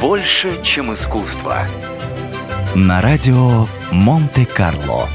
Больше, чем искусство. На радио Монте-Карло.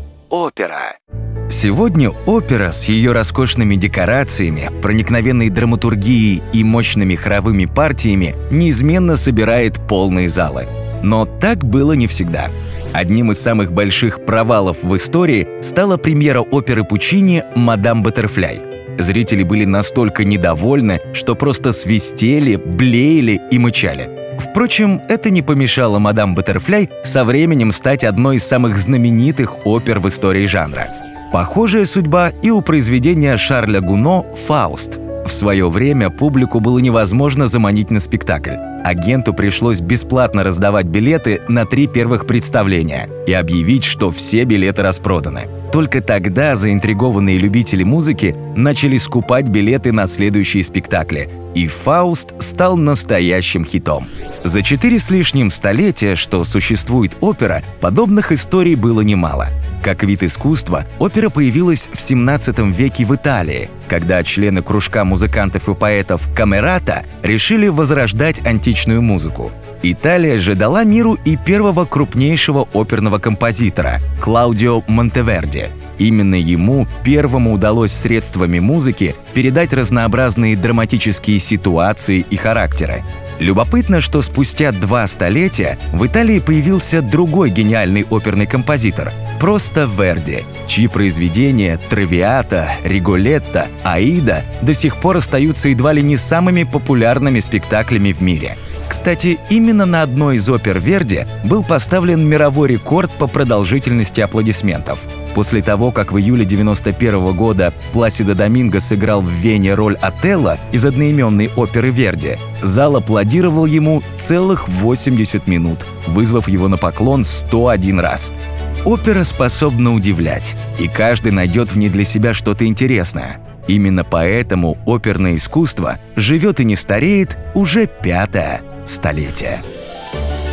Опера. Сегодня опера с ее роскошными декорациями, проникновенной драматургией и мощными хоровыми партиями неизменно собирает полные залы. Но так было не всегда. Одним из самых больших провалов в истории стала премьера оперы Пуччини «Мадам Баттерфляй». Зрители были настолько недовольны, что просто свистели, блеяли и мычали. Впрочем, это не помешало «Мадам Баттерфляй» со временем стать одной из самых знаменитых опер в истории жанра. Похожая судьба и у произведения Шарля Гуно «Фауст». В свое время публику было невозможно заманить на спектакль. Агенту пришлось бесплатно раздавать билеты на 3 первых представления и объявить, что все билеты распроданы. Только тогда заинтригованные любители музыки начали скупать билеты на следующие спектакли, и «Фауст» стал настоящим хитом. За 4 с лишним столетия, что существует опера, подобных историй было немало. Как вид искусства, опера появилась в 17 веке в Италии, когда члены кружка музыкантов и поэтов «Камерата» решили возрождать античную музыку. Италия же дала миру и первого крупнейшего оперного композитора – Клаудио Монтеверди. Именно ему первому удалось средствами музыки передать разнообразные драматические ситуации и характеры. Любопытно, что спустя 2 столетия в Италии появился другой гениальный оперный композитор – просто Верди, чьи произведения «Травиата», «Риголетто», «Аида» до сих пор остаются едва ли не самыми популярными спектаклями в мире. Кстати, именно на одной из опер Верди был поставлен мировой рекорд по продолжительности аплодисментов. После того, как в июле 1991 года Пласидо Доминго сыграл в Вене роль Отелло из одноименной оперы Верди, зал аплодировал ему целых 80 минут, вызвав его на поклон 101 раз. Опера способна удивлять, и каждый найдет в ней для себя что-то интересное. Именно поэтому оперное искусство живет и не стареет уже 5-е столетие.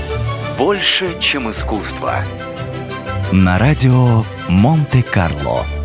Больше, чем искусство. На радио Монте-Карло.